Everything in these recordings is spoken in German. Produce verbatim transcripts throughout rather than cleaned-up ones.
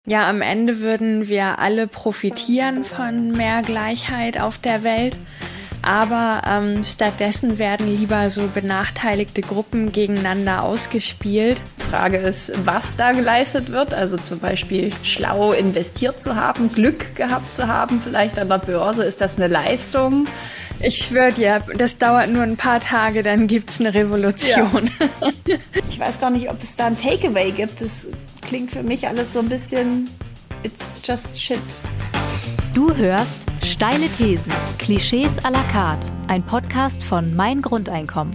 Ja, am Ende würden wir alle profitieren von mehr Gleichheit auf der Welt, aber ähm, stattdessen werden lieber so benachteiligte Gruppen gegeneinander ausgespielt. Frage ist, was da geleistet wird, also zum Beispiel schlau investiert zu haben, Glück gehabt zu haben, vielleicht an der Börse, ist das eine Leistung? Ich schwöre dir, das dauert nur ein paar Tage, dann gibt's eine Revolution. Ja. Ich weiß gar nicht, ob es da ein Takeaway gibt. Das klingt für mich alles so ein bisschen, it's just shit. Du hörst Steile Thesen, Klischees à la carte, ein Podcast von Mein Grundeinkommen.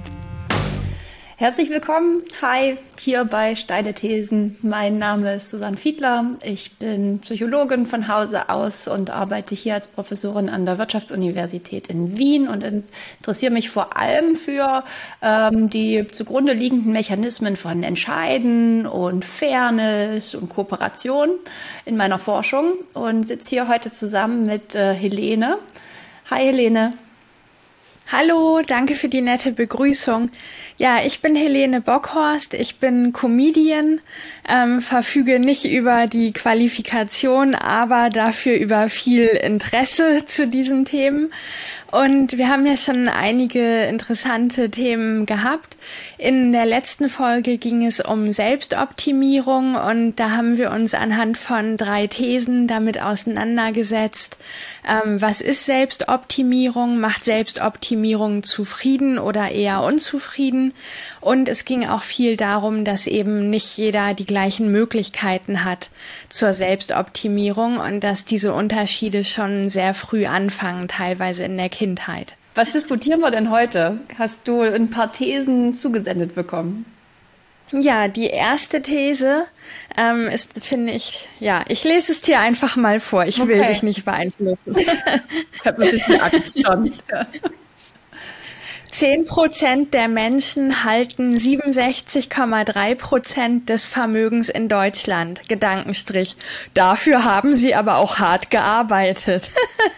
Herzlich willkommen, hi, hier bei Steile Thesen. Mein Name ist Susanne Fiedler, ich bin Psychologin von Hause aus und arbeite hier als Professorin an der Wirtschaftsuniversität in Wien und interessiere mich vor allem für ähm, die zugrunde liegenden Mechanismen von Entscheiden und Fairness und Kooperation in meiner Forschung und sitze hier heute zusammen mit äh, Helene. Hi Helene. Hallo, danke für die nette Begrüßung. Ja, ich bin Helene Bockhorst, ich bin Comedian, ähm, verfüge nicht über die Qualifikation, aber dafür über viel Interesse zu diesen Themen. Und wir haben ja schon einige interessante Themen gehabt. In der letzten Folge ging es um Selbstoptimierung und da haben wir uns anhand von drei Thesen damit auseinandergesetzt. Ähm, was ist Selbstoptimierung? Macht Selbstoptimierung zufrieden oder eher unzufrieden? Und es ging auch viel darum, dass eben nicht jeder die gleichen Möglichkeiten hat zur Selbstoptimierung und dass diese Unterschiede schon sehr früh anfangen, teilweise in der Kindheit. Was diskutieren wir denn heute? Hast du ein paar Thesen zugesendet bekommen? Ja, die erste These ähm, ist, finde ich, ja, ich lese es dir einfach mal vor. Ich okay. will dich nicht beeinflussen. Ich habe ein bisschen Angst schon. Ja. zehn Prozent der Menschen halten siebenundsechzig Komma drei Prozent des Vermögens in Deutschland. Gedankenstrich. Dafür haben sie aber auch hart gearbeitet.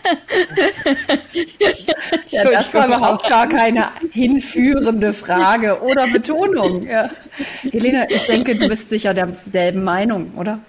Ja, das war überhaupt gar keine hinführende Frage oder Betonung. Ja. Helene, ich denke, du bist sicher derselben Meinung, oder?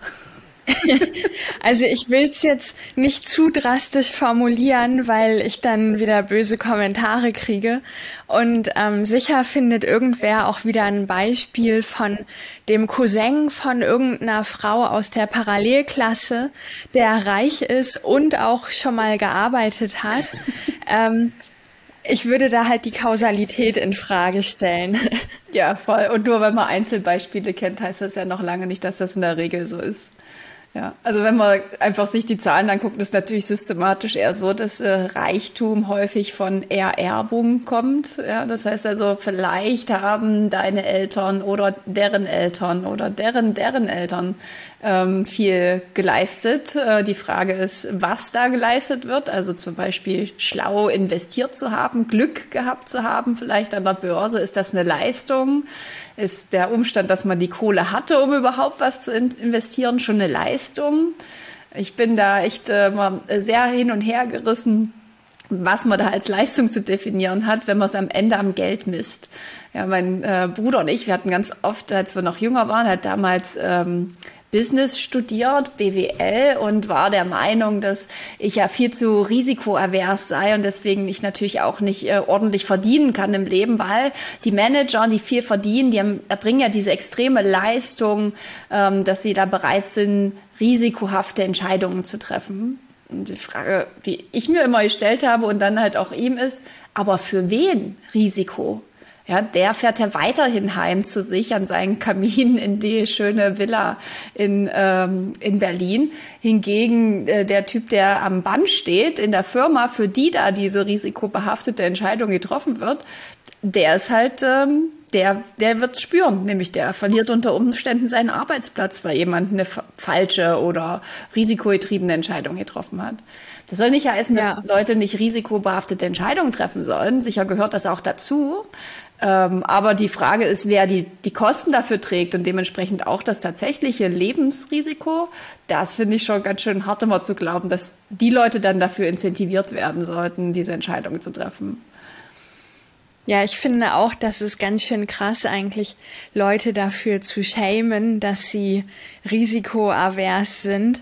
Also ich will es jetzt nicht zu drastisch formulieren, weil ich dann wieder böse Kommentare kriege. Und ähm, sicher findet irgendwer auch wieder ein Beispiel von dem Cousin von irgendeiner Frau aus der Parallelklasse, der reich ist und auch schon mal gearbeitet hat. ähm, Ich würde da halt die Kausalität in Frage stellen. Ja, voll. Und nur wenn man Einzelbeispiele kennt, heißt das ja noch lange nicht, dass das in der Regel so ist. Ja, also wenn man einfach sich die Zahlen anguckt, ist natürlich systematisch eher so, dass äh, Reichtum häufig von Ererbung kommt. Ja, das heißt also, vielleicht haben deine Eltern oder deren Eltern oder deren deren Eltern ähm, viel geleistet. Äh, die Frage ist, was da geleistet wird. Also zum Beispiel schlau investiert zu haben, Glück gehabt zu haben, vielleicht an der Börse. Ist das eine Leistung? Ist der Umstand, dass man die Kohle hatte, um überhaupt was zu investieren, schon eine Leistung? Ich bin da echt äh, mal sehr hin und her gerissen, was man da als Leistung zu definieren hat, wenn man es am Ende am Geld misst. Ja, mein äh, Bruder und ich, wir hatten ganz oft, als wir noch jünger waren, hat damals ähm, Business studiert, B W L, und war der Meinung, dass ich ja viel zu risikoavers sei und deswegen ich natürlich auch nicht äh, ordentlich verdienen kann im Leben, weil die Manager, die viel verdienen, die haben, erbringen ja diese extreme Leistung, ähm, dass sie da bereit sind, risikohafte Entscheidungen zu treffen. Und die Frage, die ich mir immer gestellt habe und dann halt auch ihm ist, aber für wen Risiko? Ja, der fährt ja weiterhin heim zu sich an seinen Kamin in die schöne Villa in, ähm, in Berlin. Hingegen äh, der Typ, der am Band steht in der Firma, für die da diese risikobehaftete Entscheidung getroffen wird, der ist halt, ähm, der, der wird's spüren. Nämlich der verliert unter Umständen seinen Arbeitsplatz, weil jemand eine falsche oder risikogetriebene Entscheidung getroffen hat. Das soll nicht heißen, dass ja. Leute nicht risikobehaftete Entscheidungen treffen sollen. Sicher gehört das auch dazu. Ähm, aber die Frage ist, wer die, die Kosten dafür trägt und dementsprechend auch das tatsächliche Lebensrisiko. Das finde ich schon ganz schön hart, immer zu glauben, dass die Leute dann dafür incentiviert werden sollten, diese Entscheidungen zu treffen. Ja, ich finde auch, das ist ganz schön krass eigentlich, Leute dafür zu schämen, dass sie risikoavers sind.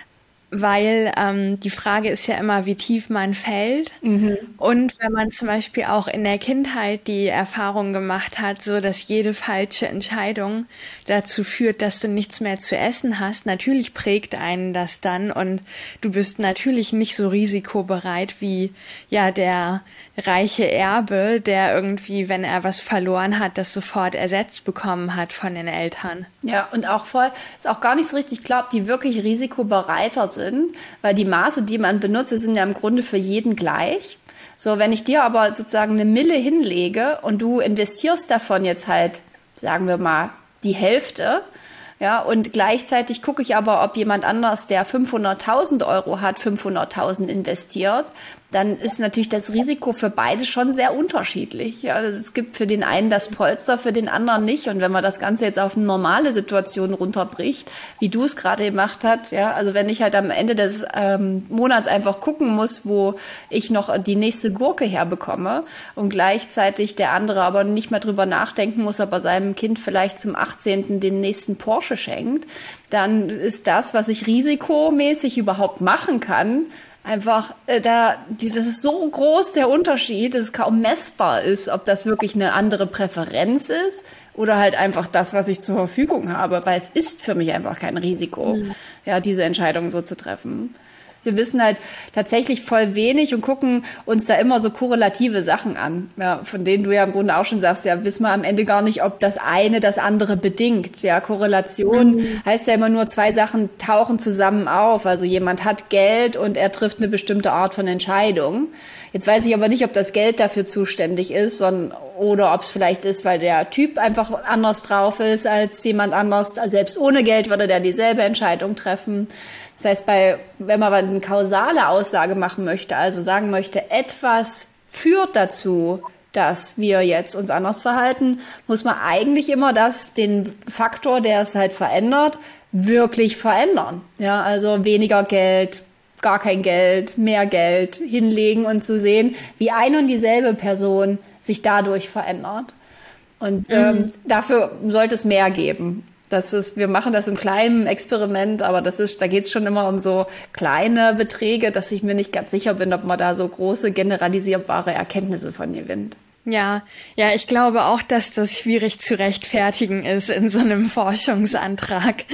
Weil ähm, die Frage ist ja immer, wie tief man fällt. Mhm. Und wenn man zum Beispiel auch in der Kindheit die Erfahrung gemacht hat, so dass jede falsche Entscheidung dazu führt, dass du nichts mehr zu essen hast, natürlich prägt einen das dann und du bist natürlich nicht so risikobereit wie ja der reiche Erbe, der irgendwie, wenn er was verloren hat, das sofort ersetzt bekommen hat von den Eltern. Ja, und auch voll, ist auch gar nicht so richtig klar, ob die wirklich risikobereiter sind, weil die Maße, die man benutzt, sind ja im Grunde für jeden gleich. So, wenn ich dir aber sozusagen eine Mille hinlege und du investierst davon jetzt halt, sagen wir mal, die Hälfte, ja, und gleichzeitig gucke ich aber, ob jemand anders, der fünfhunderttausend Euro hat, fünfhunderttausend investiert, dann ist natürlich das Risiko für beide schon sehr unterschiedlich. Ja, es gibt für den einen das Polster, für den anderen nicht. Und wenn man das Ganze jetzt auf eine normale Situation runterbricht, wie du es gerade gemacht hast, ja, also wenn ich halt am Ende des ähm, Monats einfach gucken muss, wo ich noch die nächste Gurke herbekomme und gleichzeitig der andere aber nicht mehr drüber nachdenken muss, ob er seinem Kind vielleicht zum achtzehnten den nächsten Porsche schenkt, dann ist das, was ich risikomäßig überhaupt machen kann, einfach, äh, da, das ist so groß der Unterschied, dass es kaum messbar ist, ob das wirklich eine andere Präferenz ist oder halt einfach das, was ich zur Verfügung habe, weil es ist für mich einfach kein Risiko, mhm. ja, diese Entscheidung so zu treffen. Wir wissen halt tatsächlich voll wenig und gucken uns da immer so korrelative Sachen an, ja, von denen du ja im Grunde auch schon sagst, ja, wissen wir am Ende gar nicht, ob das eine das andere bedingt. Ja, Korrelation mhm. heißt ja immer nur, zwei Sachen tauchen zusammen auf. Also jemand hat Geld und er trifft eine bestimmte Art von Entscheidung. Jetzt weiß ich aber nicht, ob das Geld dafür zuständig ist, sondern, oder ob es vielleicht ist, weil der Typ einfach anders drauf ist als jemand anders. Selbst ohne Geld würde der dieselbe Entscheidung treffen. Das heißt, bei, wenn man eine kausale Aussage machen möchte, also sagen möchte, etwas führt dazu, dass wir jetzt uns anders verhalten, muss man eigentlich immer das, den Faktor, der es halt verändert, wirklich verändern. Ja, also weniger Geld, gar kein Geld, mehr Geld hinlegen und zu sehen, wie eine und dieselbe Person sich dadurch verändert. Und mhm. ähm, dafür sollte es mehr geben. Das ist, wir machen das im kleinen Experiment, aber das ist, da geht es schon immer um so kleine Beträge, dass ich mir nicht ganz sicher bin, ob man da so große generalisierbare Erkenntnisse von gewinnt. Ja, ja, ich glaube auch, dass das schwierig zu rechtfertigen ist in so einem Forschungsantrag.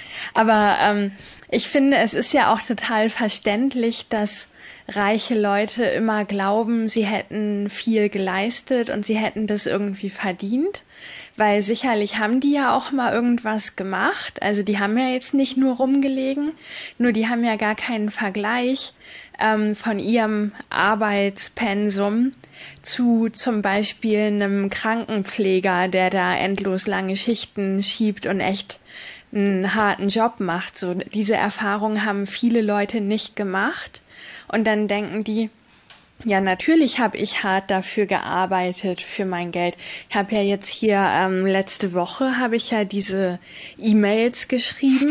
Aber ähm, ich finde, es ist ja auch total verständlich, dass reiche Leute immer glauben, sie hätten viel geleistet und sie hätten das irgendwie verdient. Weil sicherlich haben die ja auch mal irgendwas gemacht. Also die haben ja jetzt nicht nur rumgelegen, nur die haben ja gar keinen Vergleich ähm, von ihrem Arbeitspensum zu zum Beispiel einem Krankenpfleger, der da endlos lange Schichten schiebt und echt einen harten Job macht. So, diese Erfahrung haben viele Leute nicht gemacht. Und dann denken die, ja, natürlich habe ich hart dafür gearbeitet, für mein Geld. Ich habe ja jetzt hier, ähm, letzte Woche habe ich ja diese E-Mails geschrieben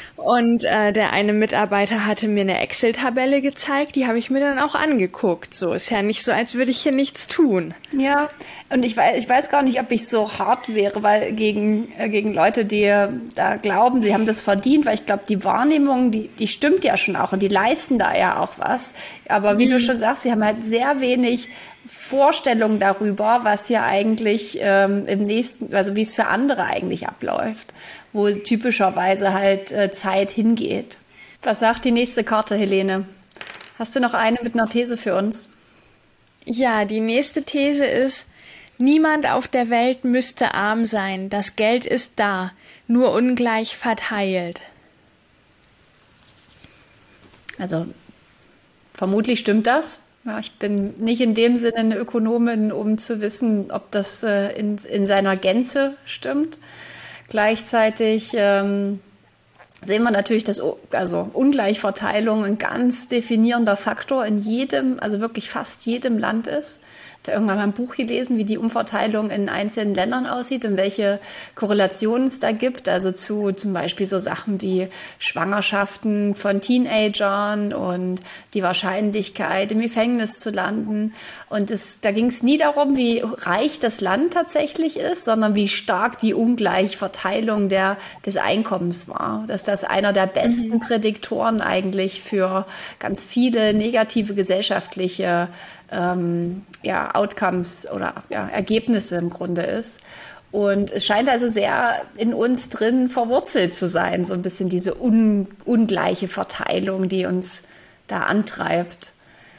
und äh, der eine Mitarbeiter hatte mir eine Excel-Tabelle gezeigt, die habe ich mir dann auch angeguckt. So, ist ja nicht so, als würde ich hier nichts tun. Ja, und ich weiß, ich weiß gar nicht, ob ich so hart wäre, weil gegen, äh, gegen Leute, die äh, da glauben, sie haben das verdient, weil ich glaube, die Wahrnehmung, die, die stimmt ja schon auch und die leisten da ja auch was. Aber wie mhm. du schon sagst, sie haben halt sehr wenig Vorstellung darüber, was hier eigentlich ähm, im nächsten, also wie es für andere eigentlich abläuft, wo typischerweise halt äh, Zeit hingeht. Was sagt die nächste Karte, Helene? Hast du noch eine mit einer These für uns? Ja, die nächste These ist, niemand auf der Welt müsste arm sein. Das Geld ist da, nur ungleich verteilt. Also vermutlich stimmt das. Ja, ich bin nicht in dem Sinne eine Ökonomin, um zu wissen, ob das äh, in, in seiner Gänze stimmt. Gleichzeitig ähm, sehen wir natürlich, dass also Ungleichverteilung ein ganz definierender Faktor in jedem, also wirklich fast jedem Land ist. da irgendwann mal ein Buch gelesen, wie die Umverteilung in einzelnen Ländern aussieht und welche Korrelationen es da gibt. Also zu zum Beispiel so Sachen wie Schwangerschaften von Teenagern und die Wahrscheinlichkeit, im Gefängnis zu landen. Und es, da ging es nie darum, wie reich das Land tatsächlich ist, sondern wie stark die Ungleichverteilung der, des Einkommens war. Dass das einer der besten mhm. Prädiktoren eigentlich für ganz viele negative gesellschaftliche ähm, ja, Outcomes oder ja, Ergebnisse im Grunde ist. Und es scheint also sehr in uns drin verwurzelt zu sein, so ein bisschen diese un, ungleiche Verteilung, die uns da antreibt.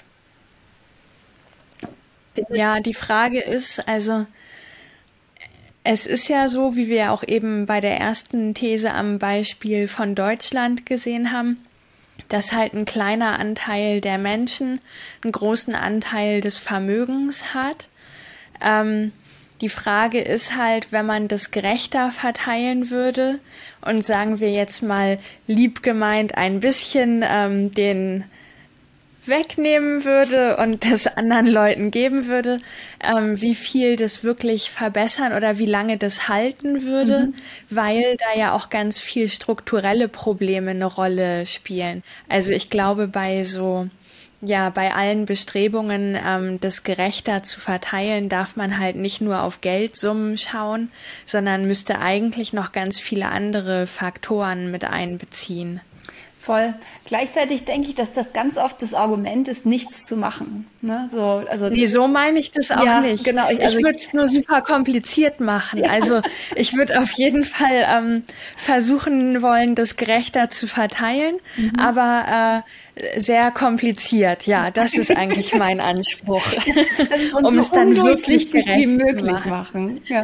Ja, die Frage ist, also es ist ja so, wie wir auch eben bei der ersten These am Beispiel von Deutschland gesehen haben, dass halt ein kleiner Anteil der Menschen einen großen Anteil des Vermögens hat. Ähm, die Frage ist halt, wenn man das gerechter verteilen würde und sagen wir jetzt mal lieb gemeint ein bisschen ähm, den wegnehmen würde und das anderen Leuten geben würde, ähm, wie viel das wirklich verbessern oder wie lange das halten würde, mhm. weil da ja auch ganz viel strukturelle Probleme eine Rolle spielen. Also ich glaube, bei so, ja, bei allen Bestrebungen, ähm, das gerechter zu verteilen, darf man halt nicht nur auf Geldsummen schauen, sondern müsste eigentlich noch ganz viele andere Faktoren mit einbeziehen. Voll. Gleichzeitig denke ich, dass das ganz oft das Argument ist, nichts zu machen. Ne? So, also nee, so meine ich das auch ja, nicht. Genau, ich also ich würde es nur super kompliziert machen. Ja. Also ich würde auf jeden Fall ähm, versuchen wollen, das gerechter zu verteilen, mhm. aber äh, sehr kompliziert. Ja, das ist eigentlich mein Anspruch. um so es dann wirklich gerecht wie möglich machen. machen. Ja.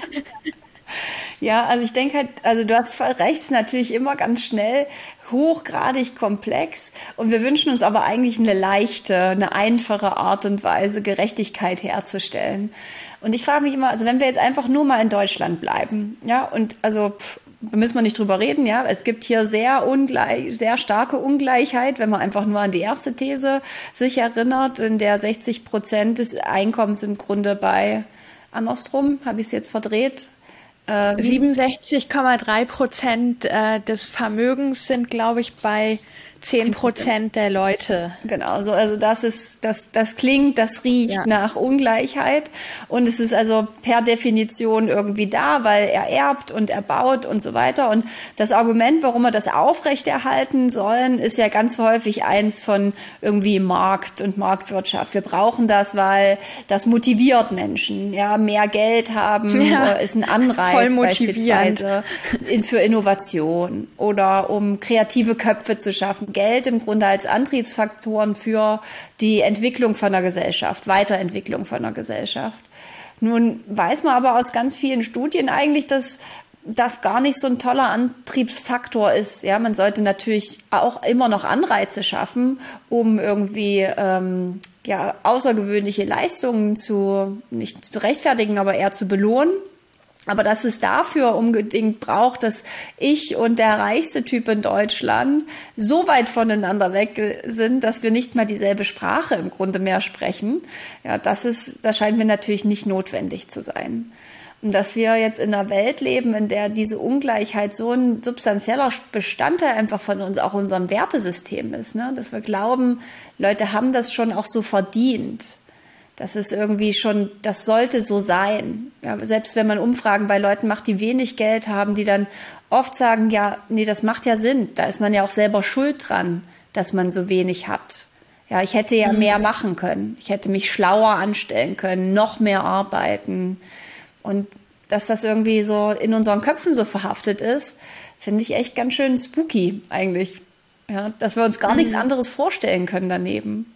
Ja, also ich denke halt, also du hast voll recht, es ist natürlich immer ganz schnell hochgradig komplex und wir wünschen uns aber eigentlich eine leichte, eine einfache Art und Weise, Gerechtigkeit herzustellen. Und ich frage mich immer, also wenn wir jetzt einfach nur mal in Deutschland bleiben, ja, und also pff, da müssen wir nicht drüber reden, ja, es gibt hier sehr ungleich, sehr starke Ungleichheit, wenn man einfach nur an die erste These sich erinnert, in der sechzig Prozent des Einkommens im Grunde bei, andersrum, habe ich es jetzt verdreht, siebenundsechzig Komma drei Prozent äh, des Vermögens sind, glaube ich, bei zehn Prozent der Leute. Genau, so, also das ist, das, das klingt, das riecht ja. nach Ungleichheit und es ist also per Definition irgendwie da, weil er erbt und er baut und so weiter. Und das Argument, warum wir das aufrechterhalten sollen, ist ja ganz häufig eins von irgendwie Markt und Marktwirtschaft. Wir brauchen das, weil das motiviert Menschen, ja, mehr Geld haben, ja. ist ein Anreiz beispielsweise für Innovation oder um kreative Köpfe zu schaffen. Geld im Grunde als Antriebsfaktoren für die Entwicklung von der Gesellschaft, Weiterentwicklung von der Gesellschaft. Nun weiß man aber aus ganz vielen Studien eigentlich, dass das gar nicht so ein toller Antriebsfaktor ist. Ja, man sollte natürlich auch immer noch Anreize schaffen, um irgendwie ähm, ja außergewöhnliche Leistungen zu nicht zu rechtfertigen, aber eher zu belohnen. Aber dass es dafür unbedingt braucht, dass ich und der reichste Typ in Deutschland so weit voneinander weg sind, dass wir nicht mal dieselbe Sprache im Grunde mehr sprechen, ja, das ist, das scheint mir natürlich nicht notwendig zu sein. Und dass wir jetzt in einer Welt leben, in der diese Ungleichheit so ein substanzieller Bestandteil einfach von uns, auch unserem Wertesystem ist, ne? Dass wir glauben, Leute haben das schon auch so verdient. Das ist irgendwie schon, das sollte so sein. Ja, selbst wenn man Umfragen bei Leuten macht, die wenig Geld haben, die dann oft sagen, ja, nee, das macht ja Sinn. Da ist man ja auch selber schuld dran, dass man so wenig hat. Ja, ich hätte ja mhm. mehr machen können. Ich hätte mich schlauer anstellen können, noch mehr arbeiten. Und dass das irgendwie so in unseren Köpfen so verhaftet ist, finde ich echt ganz schön spooky eigentlich. Ja, dass wir uns gar mhm. nichts anderes vorstellen können daneben.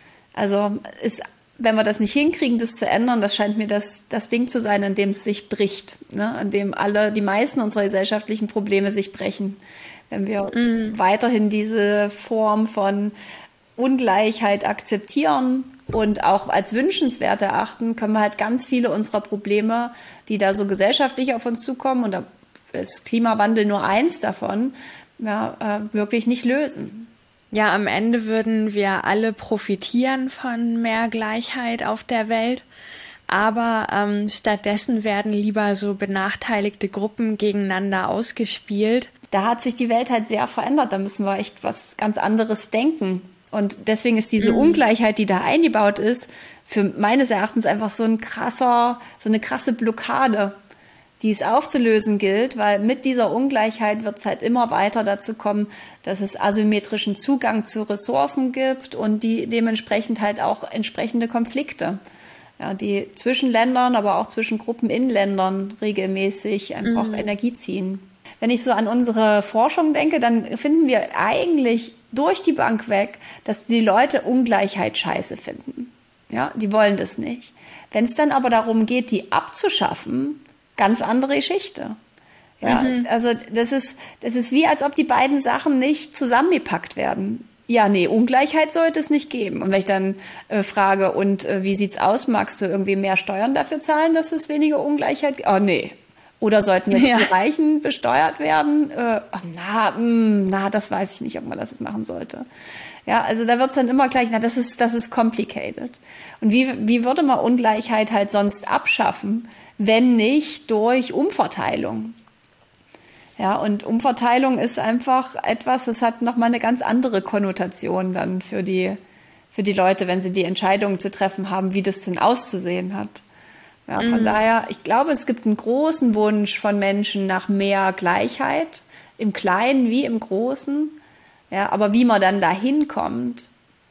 Also ist wenn wir das nicht hinkriegen, das zu ändern, das scheint mir das, das Ding zu sein, an dem es sich bricht, ne? An dem alle, die meisten unserer gesellschaftlichen Probleme sich brechen. Wenn wir mm. weiterhin diese Form von Ungleichheit akzeptieren und auch als wünschenswert erachten, können wir halt ganz viele unserer Probleme, die da so gesellschaftlich auf uns zukommen, und da ist Klimawandel nur eins davon, ja, wirklich nicht lösen. Ja, am Ende würden wir alle profitieren von mehr Gleichheit auf der Welt, aber ähm, stattdessen werden lieber so benachteiligte Gruppen gegeneinander ausgespielt. Da hat sich die Welt halt sehr verändert, da müssen wir echt was ganz anderes denken. Und deswegen ist diese mhm. Ungleichheit, die da eingebaut ist, für meines Erachtens einfach so ein krasser, so eine krasse Blockade, die es aufzulösen gilt, weil mit dieser Ungleichheit wird es halt immer weiter dazu kommen, dass es asymmetrischen Zugang zu Ressourcen gibt und die dementsprechend halt auch entsprechende Konflikte, ja, die zwischen Ländern, aber auch zwischen Gruppen in Ländern regelmäßig einfach mhm. Energie ziehen. Wenn ich so an unsere Forschung denke, dann finden wir eigentlich durch die Bank weg, dass die Leute Ungleichheit scheiße finden. Ja, die wollen das nicht. Wenn es dann aber darum geht, die abzuschaffen, ganz andere Geschichte. Ja, mhm. also das ist, das ist wie, als ob die beiden Sachen nicht zusammengepackt werden. Ja, nee, Ungleichheit sollte es nicht geben. Und wenn ich dann äh, frage, und äh, wie sieht's aus? Magst du irgendwie mehr Steuern dafür zahlen, dass es weniger Ungleichheit gibt? Oh, nee. Oder sollten jetzt ja. die Reichen besteuert werden? Äh, oh, na, mh, na, das weiß ich nicht, ob man das jetzt machen sollte. Ja, also da wird's dann immer gleich, na, das ist, das ist complicated. Und wie, wie würde man Ungleichheit halt sonst abschaffen, wenn nicht durch Umverteilung? Ja, und Umverteilung ist einfach etwas, das hat nochmal eine ganz andere Konnotation dann für die, für die Leute, wenn sie die Entscheidung zu treffen haben, wie das denn auszusehen hat. Ja, von mhm. daher, ich glaube, es gibt einen großen Wunsch von Menschen nach mehr Gleichheit, im Kleinen wie im Großen. Ja, aber wie man dann dahin kommt,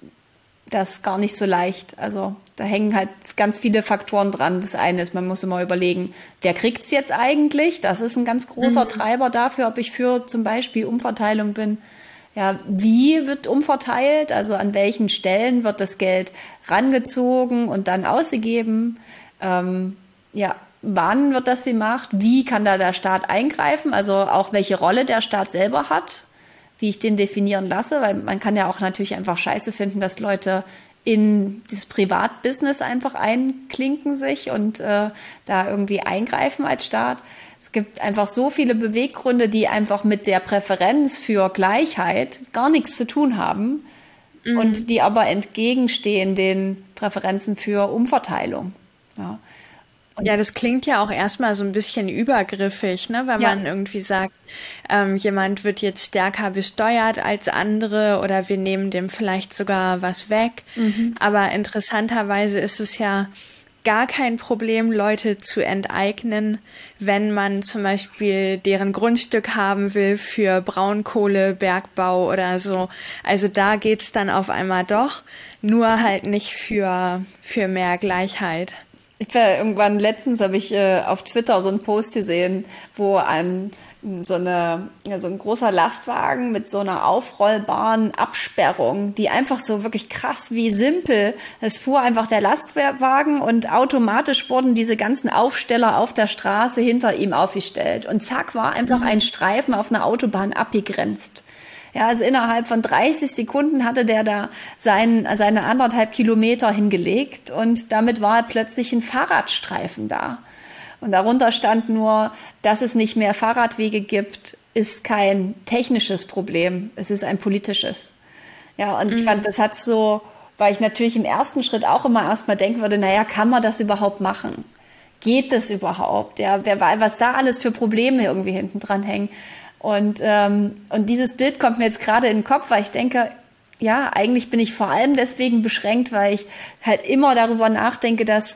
das ist gar nicht so leicht. Also da hängen halt ganz viele Faktoren dran. Das eine ist, man muss immer überlegen, wer kriegt's jetzt eigentlich? Das ist ein ganz großer mhm. Treiber dafür, ob ich für zum Beispiel Umverteilung bin. Ja, wie wird umverteilt? Also an welchen Stellen wird das Geld rangezogen und dann ausgegeben? Ähm, ja, wann wird das gemacht? Wie kann da der Staat eingreifen? Also auch welche Rolle der Staat selber hat, wie ich den definieren lasse, weil man kann ja auch natürlich einfach scheiße finden, dass Leute in das Privatbusiness einfach einklinken sich und äh, da irgendwie eingreifen als Staat. Es gibt einfach so viele Beweggründe, die einfach mit der Präferenz für Gleichheit gar nichts zu tun haben mhm. und die aber entgegenstehen den Präferenzen für Umverteilung. Ja. Und ja, das klingt ja auch erstmal so ein bisschen übergriffig, ne, wenn ja. man irgendwie sagt, ähm, jemand wird jetzt stärker besteuert als andere oder wir nehmen dem vielleicht sogar was weg. Mhm. Aber interessanterweise ist es ja gar kein Problem, Leute zu enteignen, wenn man zum Beispiel deren Grundstück haben will für Braunkohlebergbau oder so. Also da geht's dann auf einmal doch, nur halt nicht für, für mehr Gleichheit. Ich war irgendwann letztens habe ich äh, auf Twitter so einen Post gesehen, wo ein so eine ja, so ein großer Lastwagen mit so einer aufrollbaren Absperrung, die einfach so wirklich krass wie simpel. Es fuhr einfach der Lastwagen und automatisch wurden diese ganzen Aufsteller auf der Straße hinter ihm aufgestellt und zack war einfach ein Streifen auf einer Autobahn abgegrenzt. Ja, also innerhalb von dreißig Sekunden hatte der da sein, seine anderthalb Kilometer hingelegt und damit war plötzlich ein Fahrradstreifen da. Und darunter stand nur, dass es nicht mehr Fahrradwege gibt, ist kein technisches Problem, es ist ein politisches. Ja, und mhm. ich fand, das hat so, weil ich natürlich im ersten Schritt auch immer erstmal denken würde, naja, kann man das überhaupt machen? Geht das überhaupt? Ja, wer weiß, was da alles für Probleme irgendwie hinten dran hängen. Und, ähm, und dieses Bild kommt mir jetzt gerade in den Kopf, weil ich denke, ja, eigentlich bin ich vor allem deswegen beschränkt, weil ich halt immer darüber nachdenke, dass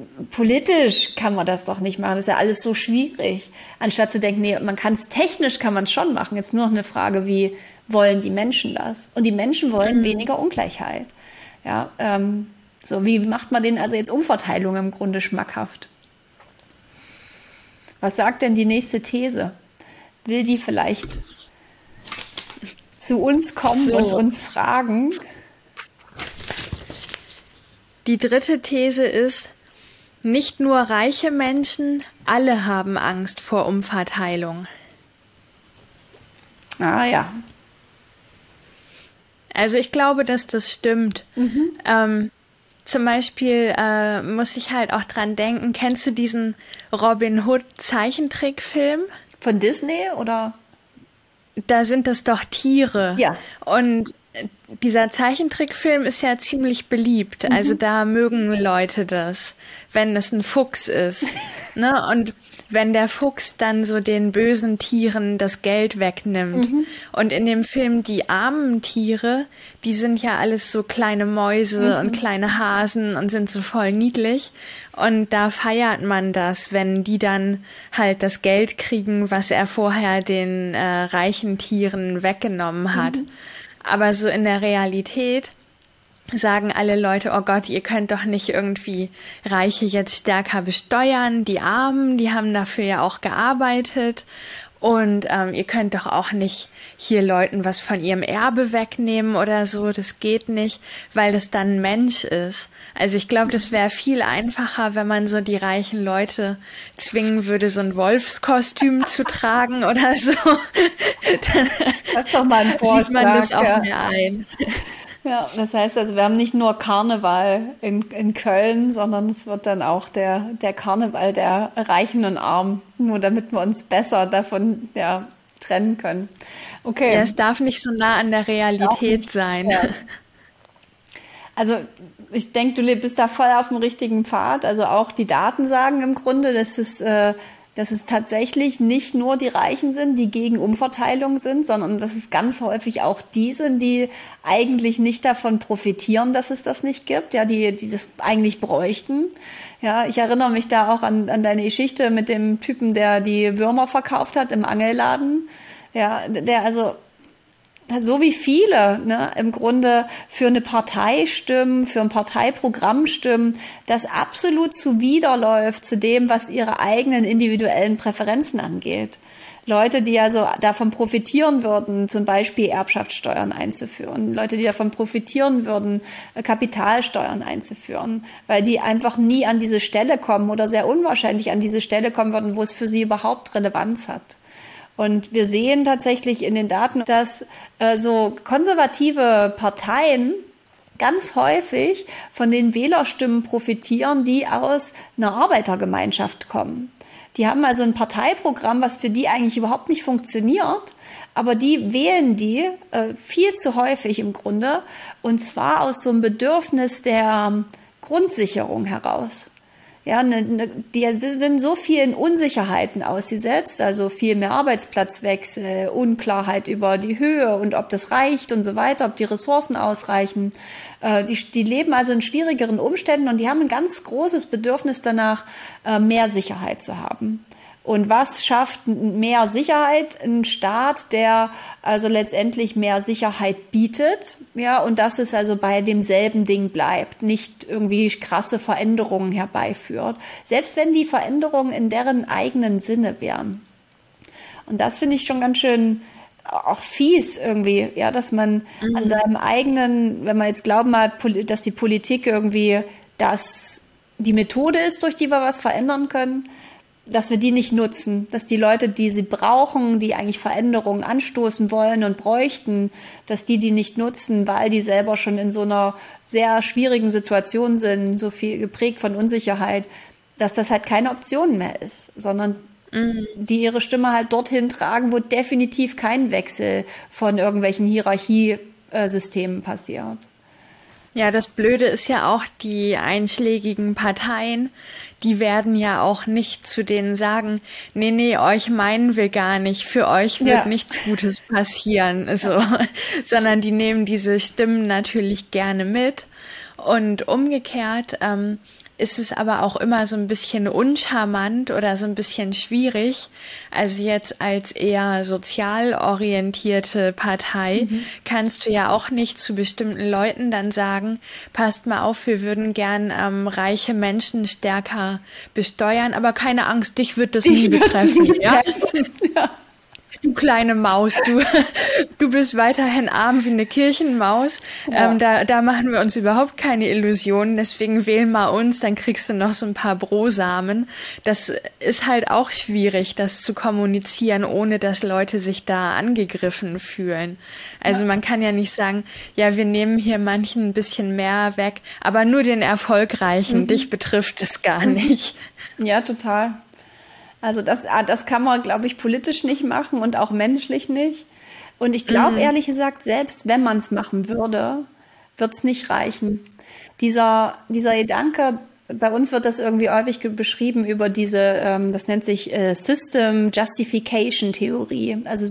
politisch kann man das doch nicht machen. Das ist ja alles so schwierig. Anstatt zu denken, nee, man kann es technisch, kann man es schon machen. Jetzt nur noch eine Frage, wie wollen die Menschen das? Und die Menschen wollen mhm. weniger Ungleichheit. Ja, ähm, so wie macht man denen also jetzt Umverteilung im Grunde schmackhaft? Was sagt denn die nächste These? Will die vielleicht zu uns kommen so. und uns fragen? Die dritte These ist, nicht nur reiche Menschen, alle haben Angst vor Umverteilung. Ah ja. Also ich glaube, dass das stimmt. Mhm. Ähm, zum Beispiel äh, muss ich halt auch dran denken, kennst du diesen Robin Hood Zeichentrickfilm? Von Disney oder? Da sind das doch Tiere. Ja. Und dieser Zeichentrickfilm ist ja ziemlich beliebt. Mhm. Also da mögen Leute das, wenn es ein Fuchs ist. Ne? Und wenn der Fuchs dann so den bösen Tieren das Geld wegnimmt. Mhm. Und in dem Film die armen Tiere, die sind ja alles so kleine Mäuse mhm. und kleine Hasen und sind so voll niedlich. Und da feiert man das, wenn die dann halt das Geld kriegen, was er vorher den äh, reichen Tieren weggenommen hat. Mhm. Aber so in der Realität sagen alle Leute, oh Gott, ihr könnt doch nicht irgendwie Reiche jetzt stärker besteuern, die Armen, die haben dafür ja auch gearbeitet und ähm, ihr könnt doch auch nicht hier Leuten was von ihrem Erbe wegnehmen oder so, das geht nicht, weil das dann ein Mensch ist. Also ich glaube, das wäre viel einfacher, wenn man so die reichen Leute zwingen würde, so ein Wolfskostüm zu tragen oder so. Dann das ist doch mal ein Vorschlag, sieht man das auch ja. mehr ein. Ja, das heißt also, wir haben nicht nur Karneval in, in Köln, sondern es wird dann auch der, der Karneval der Reichen und Armen, nur damit wir uns besser davon ja, trennen können. Okay. Ja, es darf nicht so nah an der Realität nicht, sein. Ja. Also ich denke, du bist da voll auf dem richtigen Pfad. Also auch die Daten sagen im Grunde, dass es äh, dass es tatsächlich nicht nur die Reichen sind, die gegen Umverteilung sind, sondern dass es ganz häufig auch die sind, die eigentlich nicht davon profitieren, dass es das nicht gibt, ja, die, die das eigentlich bräuchten. Ja, ich erinnere mich da auch an, an deine Geschichte mit dem Typen, der die Würmer verkauft hat im Angelladen. Ja, der also so wie viele ne, im Grunde für eine Partei stimmen, für ein Parteiprogramm stimmen, das absolut zuwiderläuft zu dem, was ihre eigenen individuellen Präferenzen angeht. Leute, die also davon profitieren würden, zum Beispiel Erbschaftssteuern einzuführen. Leute, die davon profitieren würden, Kapitalsteuern einzuführen, weil die einfach nie an diese Stelle kommen oder sehr unwahrscheinlich an diese Stelle kommen würden, wo es für sie überhaupt Relevanz hat. Und wir sehen tatsächlich in den Daten, dass äh, so konservative Parteien ganz häufig von den Wählerstimmen profitieren, die aus einer Arbeitergemeinschaft kommen. Die haben also ein Parteiprogramm, was für die eigentlich überhaupt nicht funktioniert, aber die wählen die äh, viel zu häufig im Grunde, und zwar aus so einem Bedürfnis der Grundsicherung heraus. Ja, ne, ne, die sind so vielen Unsicherheiten ausgesetzt, also viel mehr Arbeitsplatzwechsel, Unklarheit über die Höhe und ob das reicht und so weiter, ob die Ressourcen ausreichen. Äh, die, die leben also in schwierigeren Umständen und die haben ein ganz großes Bedürfnis danach, äh, mehr Sicherheit zu haben. Und was schafft mehr Sicherheit? Ein Staat, der also letztendlich mehr Sicherheit bietet, ja, und dass es also bei demselben Ding bleibt, nicht irgendwie krasse Veränderungen herbeiführt, selbst wenn die Veränderungen in deren eigenen Sinne wären. Und das finde ich schon ganz schön auch fies irgendwie, ja, dass man mhm. an seinem eigenen, wenn man jetzt glauben hat, dass die Politik irgendwie das die Methode ist, durch die wir was verändern können, dass wir die nicht nutzen, dass die Leute, die sie brauchen, die eigentlich Veränderungen anstoßen wollen und bräuchten, dass die die nicht nutzen, weil die selber schon in so einer sehr schwierigen Situation sind, so viel geprägt von Unsicherheit, dass das halt keine Option mehr ist, sondern mhm. die ihre Stimme halt dorthin tragen, wo definitiv kein Wechsel von irgendwelchen Hierarchiesystemen passiert. Ja, das Blöde ist ja auch, die einschlägigen Parteien, die werden ja auch nicht zu denen sagen, nee, nee, euch meinen wir gar nicht, für euch wird ja. nichts Gutes passieren, so, ja. sondern die nehmen diese Stimmen natürlich gerne mit. Und umgekehrt ähm, ist es aber auch immer so ein bisschen uncharmant oder so ein bisschen schwierig. Also jetzt als eher sozial orientierte Partei mhm. kannst du ja auch nicht zu bestimmten Leuten dann sagen, passt mal auf, wir würden gern ähm, reiche Menschen stärker besteuern, aber keine Angst, dich wird das dich nie betreffen. Nie ja? ja. Du kleine Maus, du, du bist weiterhin arm wie eine Kirchenmaus. Ja. Ähm, da, da machen wir uns überhaupt keine Illusionen. Deswegen wähl mal uns, dann kriegst du noch so ein paar Brosamen. Das ist halt auch schwierig, das zu kommunizieren, ohne dass Leute sich da angegriffen fühlen. Also ja. man kann ja nicht sagen, ja, wir nehmen hier manchen ein bisschen mehr weg, aber nur den Erfolgreichen. Mhm. Dich betrifft es gar nicht. Ja, total. Also das, das kann man, glaube ich, politisch nicht machen und auch menschlich nicht. Und ich glaube, Mhm. ehrlich gesagt, selbst wenn man es machen würde, wird es nicht reichen. Dieser, dieser Gedanke, bei uns wird das irgendwie häufig ge- beschrieben über diese, ähm, das nennt sich äh, System Justification Theorie, also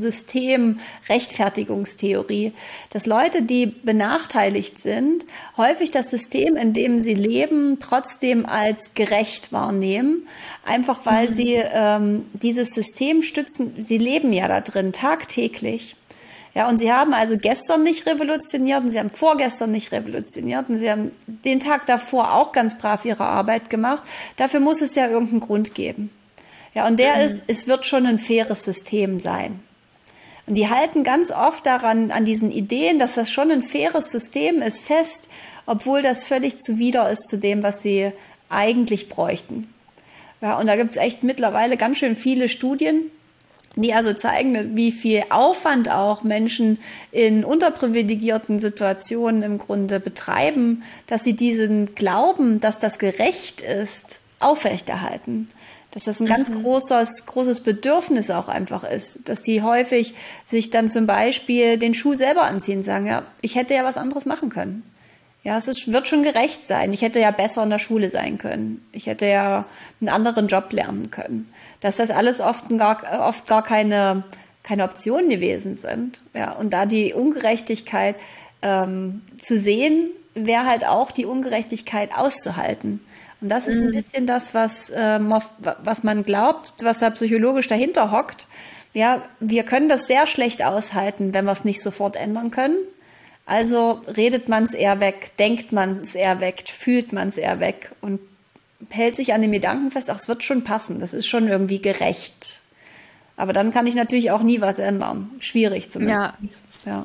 Systemrechtfertigungstheorie, dass Leute, die benachteiligt sind, häufig das System, in dem sie leben, trotzdem als gerecht wahrnehmen, einfach weil sie ähm, dieses System stützen. Sie leben ja da drin tagtäglich. Ja, und sie haben also gestern nicht revolutioniert und sie haben vorgestern nicht revolutioniert und sie haben den Tag davor auch ganz brav ihre Arbeit gemacht. Dafür muss es ja irgendeinen Grund geben. Ja, und der ist, es wird schon ein faires System sein. Und die halten ganz oft daran, an diesen Ideen, dass das schon ein faires System ist, fest, obwohl das völlig zuwider ist zu dem, was sie eigentlich bräuchten. Ja, und da gibt es echt mittlerweile ganz schön viele Studien, die also zeigen, wie viel Aufwand auch Menschen in unterprivilegierten Situationen im Grunde betreiben, dass sie diesen Glauben, dass das gerecht ist, aufrechterhalten. Dass das ein ganz Mhm. großes, großes Bedürfnis auch einfach ist. Dass die häufig sich dann zum Beispiel den Schuh selber anziehen, sagen, ja, ich hätte ja was anderes machen können. Ja, es ist, wird schon gerecht sein. Ich hätte ja besser in der Schule sein können. Ich hätte ja einen anderen Job lernen können. Dass das alles oft gar, oft gar keine, keine Optionen gewesen sind. Ja, und da die Ungerechtigkeit ähm, zu sehen, wäre halt auch die Ungerechtigkeit auszuhalten. Und das ist ein bisschen das, was, ähm, auf- was man glaubt, was da psychologisch dahinter hockt. Ja, wir können das sehr schlecht aushalten, wenn wir es nicht sofort ändern können. Also redet man es eher weg, denkt man es eher weg, fühlt man es eher weg und hält sich an dem Gedanken fest, ach, es wird schon passen, das ist schon irgendwie gerecht. Aber dann kann ich natürlich auch nie was ändern. Schwierig zumindest. Ja.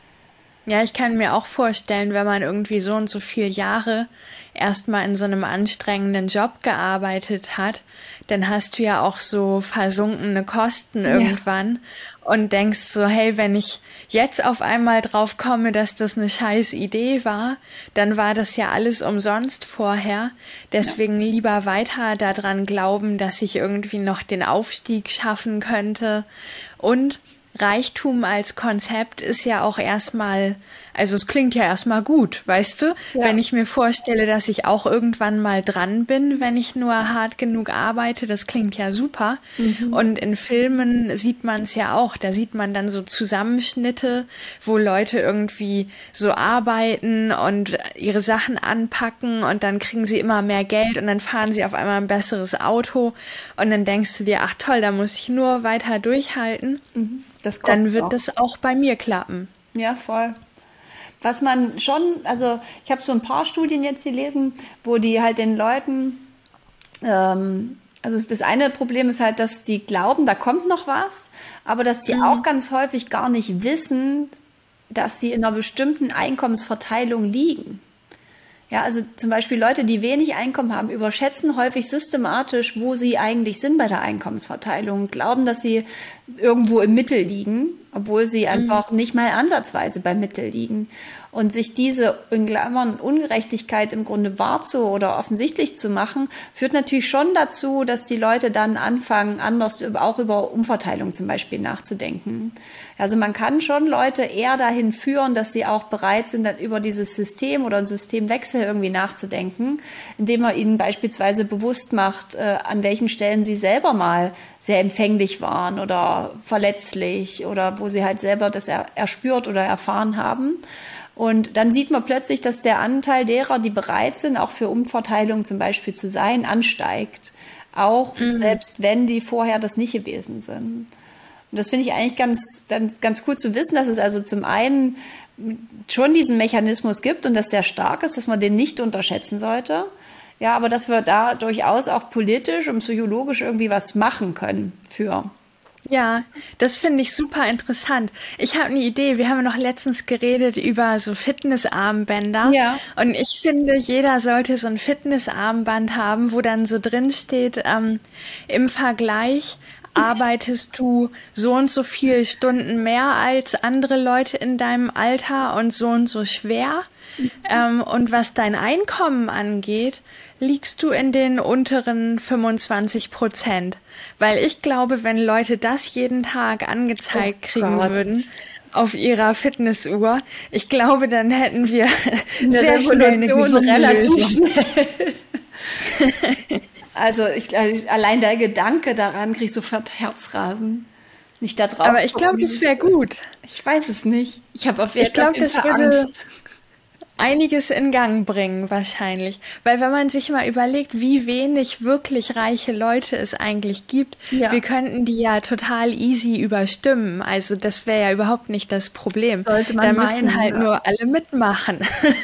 Ja, ich kann mir auch vorstellen, wenn man irgendwie so und so viele Jahre erstmal in so einem anstrengenden Job gearbeitet hat, dann hast du ja auch so versunkene Kosten irgendwann und denkst so, hey, wenn ich jetzt auf einmal drauf komme, dass das eine scheiß Idee war, dann war das ja alles umsonst vorher. Deswegen lieber weiter daran glauben, dass ich irgendwie noch den Aufstieg schaffen könnte. Und Reichtum als Konzept ist ja auch erstmal, also es klingt ja erstmal gut, weißt du? Ja. Wenn ich mir vorstelle, dass ich auch irgendwann mal dran bin, wenn ich nur hart genug arbeite, das klingt ja super. Und in Filmen sieht man es ja auch, da sieht man dann so Zusammenschnitte, wo Leute irgendwie so arbeiten und ihre Sachen anpacken und dann kriegen sie immer mehr Geld und dann fahren sie auf einmal ein besseres Auto und dann denkst du dir, ach toll, da muss ich nur weiter durchhalten. Das kommt Dann wird auch. das auch bei mir klappen. Ja, voll. Was man schon, also ich habe so ein paar Studien jetzt gelesen, wo die halt den Leuten, ähm, also das eine Problem ist halt, dass die glauben, da kommt noch was, aber dass die auch ganz häufig gar nicht wissen, dass sie in einer bestimmten Einkommensverteilung liegen. Ja, also zum Beispiel Leute, die wenig Einkommen haben, überschätzen häufig systematisch, wo sie eigentlich sind bei der Einkommensverteilung, glauben, dass sie irgendwo im Mittel liegen, obwohl sie einfach nicht mal ansatzweise beim Mittel liegen. Und sich diese in Klammern Ungerechtigkeit im Grunde wahrzu oder offensichtlich zu machen, führt natürlich schon dazu, dass die Leute dann anfangen, anders über, auch über Umverteilung zum Beispiel nachzudenken. Also man kann schon Leute eher dahin führen, dass sie auch bereit sind, dann über dieses System oder einen Systemwechsel irgendwie nachzudenken, indem man ihnen beispielsweise bewusst macht, äh, an welchen Stellen sie selber mal sehr empfänglich waren oder verletzlich oder wo sie halt selber das er, erspürt oder erfahren haben. Und dann sieht man plötzlich, dass der Anteil derer, die bereit sind, auch für Umverteilung zum Beispiel zu sein, ansteigt. Auch selbst wenn die vorher das nicht gewesen sind. Und das finde ich eigentlich ganz, ganz, ganz cool zu wissen, dass es also zum einen schon diesen Mechanismus gibt und dass der stark ist, dass man den nicht unterschätzen sollte. Ja, aber dass wir da durchaus auch politisch und psychologisch irgendwie was machen können für. Ja, das finde ich super interessant. Ich habe eine Idee. Wir haben noch letztens geredet über so Fitnessarmbänder. Ja. Und ich finde, jeder sollte so ein Fitnessarmband haben, wo dann so drin steht, ähm, im Vergleich arbeitest du so und so viele Stunden mehr als andere Leute in deinem Alter und so und so schwer. Ähm, und was dein Einkommen angeht, liegst du in den unteren fünfundzwanzig Prozent. Weil ich glaube, wenn Leute das jeden Tag angezeigt Oh kriegen Gott. würden auf ihrer Fitnessuhr. Ich glaube, dann hätten wir eine sehr schnell eine gesunde relativ Lösung. Schnell. Also ich, allein der Gedanke daran kriege ich sofort Herzrasen. Nicht da drauf. Aber ich glaube, das wäre gut. Ich weiß es nicht. Ich habe auf Ich glaube, das würde einiges in Gang bringen, wahrscheinlich. Weil wenn man sich mal überlegt, wie wenig wirklich reiche Leute es eigentlich gibt, Ja. wir könnten die ja total easy überstimmen. Also das wäre ja überhaupt nicht das Problem. Sollte man da müssten meinen, halt ja. nur alle mitmachen.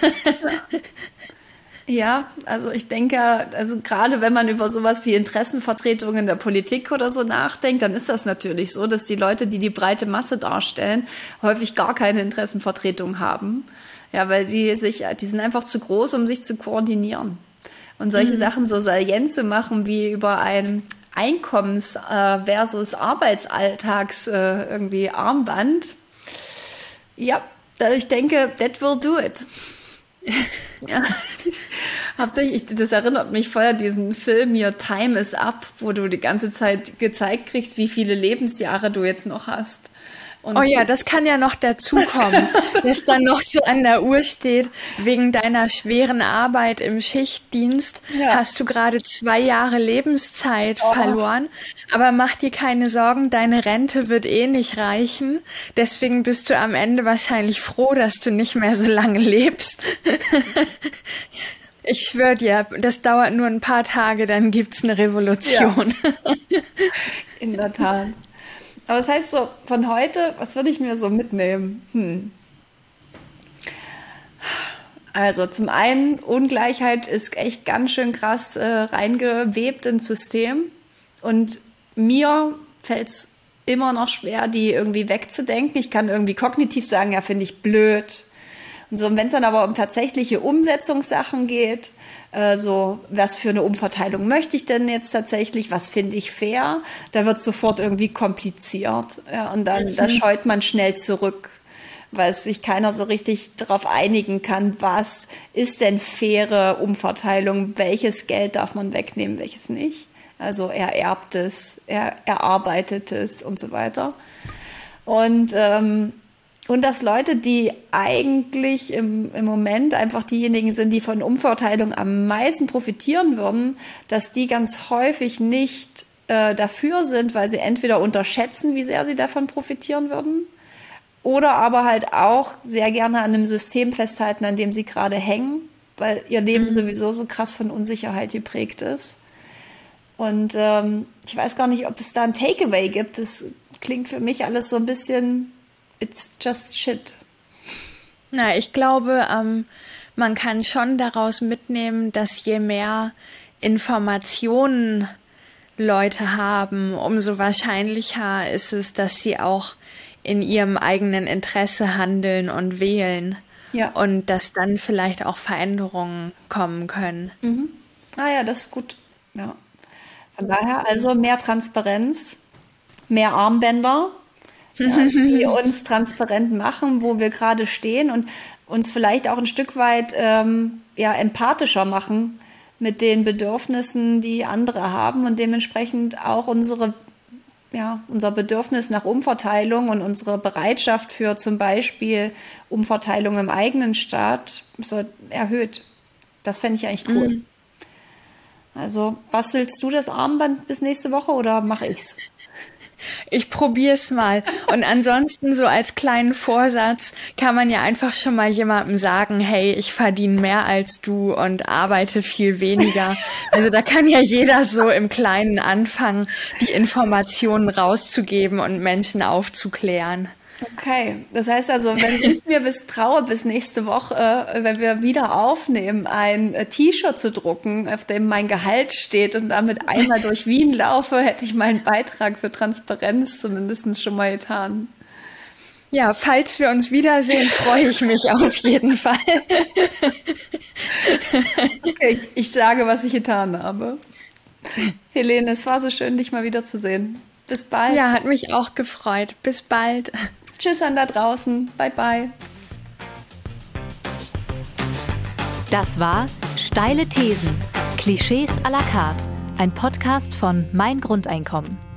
Ja, also ich denke, also gerade wenn man über sowas wie Interessenvertretung in der Politik oder so nachdenkt, dann ist das natürlich so, dass die Leute, die die breite Masse darstellen, häufig gar keine Interessenvertretung haben. Ja, weil die sich, die sind einfach zu groß, um sich zu koordinieren. Und solche mhm. Sachen so Salienze machen wie über ein Einkommens- äh, versus Arbeitsalltags äh, irgendwie Armband. Ja, da, ich denke, that will do it. Ja. Hauptsächlich, das erinnert mich voll an diesen Film hier Time is Up, wo du die ganze Zeit gezeigt kriegst, wie viele Lebensjahre du jetzt noch hast. Und oh ja, das kann ja noch dazukommen, dass dann noch so an der Uhr steht, wegen deiner schweren Arbeit im Schichtdienst Ja. hast du gerade zwei Jahre Lebenszeit Oh. verloren. Aber mach dir keine Sorgen, deine Rente wird eh nicht reichen. Deswegen bist du am Ende wahrscheinlich froh, dass du nicht mehr so lange lebst. Ich schwöre dir, das dauert nur ein paar Tage, dann gibt's eine Revolution. in der Tat. Aber das heißt so, von heute, was würde ich mir so mitnehmen? Hm. Also zum einen, Ungleichheit ist echt ganz schön krass äh, reingewebt ins System. Und mir fällt es immer noch schwer, die irgendwie wegzudenken. Ich kann irgendwie kognitiv sagen, ja, finde ich blöd. Und so, und wenn es dann aber um tatsächliche Umsetzungssachen geht, äh, so, was für eine Umverteilung möchte ich denn jetzt tatsächlich, was finde ich fair, da wird sofort irgendwie kompliziert. Ja, und dann Mhm. da scheut man schnell zurück, weil sich keiner so richtig darauf einigen kann, was ist denn faire Umverteilung, welches Geld darf man wegnehmen, welches nicht. Also ererbtes, er, erarbeitetes und so weiter. Und ähm, Und dass Leute, die eigentlich im, im Moment einfach diejenigen sind, die von Umverteilung am meisten profitieren würden, dass die ganz häufig nicht äh, dafür sind, weil sie entweder unterschätzen, wie sehr sie davon profitieren würden, oder aber halt auch sehr gerne an einem System festhalten, an dem sie gerade hängen, weil ihr Leben mhm. sowieso so krass von Unsicherheit geprägt ist. Und ähm, ich weiß gar nicht, ob es da ein Takeaway gibt. Das klingt für mich alles so ein bisschen... It's just shit. Na, ich glaube, ähm, man kann schon daraus mitnehmen, dass je mehr Informationen Leute haben, umso wahrscheinlicher ist es, dass sie auch in ihrem eigenen Interesse handeln und wählen. Ja. Und dass dann vielleicht auch Veränderungen kommen können. Mhm. Ah ja, das ist gut. Ja. Von daher also mehr Transparenz, mehr Armbänder, ja, die uns transparent machen, wo wir gerade stehen und uns vielleicht auch ein Stück weit ähm, ja, empathischer machen mit den Bedürfnissen, die andere haben und dementsprechend auch unsere, ja, unser Bedürfnis nach Umverteilung und unsere Bereitschaft für zum Beispiel Umverteilung im eigenen Staat so erhöht. Das fände ich eigentlich cool. Mhm. Also bastelst du das Armband bis nächste Woche oder mache ich's? Ich probier's mal. Und ansonsten so als kleinen Vorsatz kann man ja einfach schon mal jemandem sagen, hey, ich verdiene mehr als du und arbeite viel weniger. Also da kann ja jeder so im Kleinen anfangen, die Informationen rauszugeben und Menschen aufzuklären. Okay, das heißt also, wenn ich mir bis traue, bis nächste Woche, äh, wenn wir wieder aufnehmen, ein äh, T-Shirt zu drucken, auf dem mein Gehalt steht und damit einmal durch Wien laufe, hätte ich meinen Beitrag für Transparenz zumindest schon mal getan. Ja, falls wir uns wiedersehen, freue ich mich auf jeden Fall. Okay, ich sage, was ich getan habe. Helene, es war so schön, dich mal wiederzusehen. Bis bald. Ja, hat mich auch gefreut. Bis bald. Tschüss an da draußen. Bye, bye. Das war Steile Thesen. Klischees à la carte. Ein Podcast von Mein Grundeinkommen.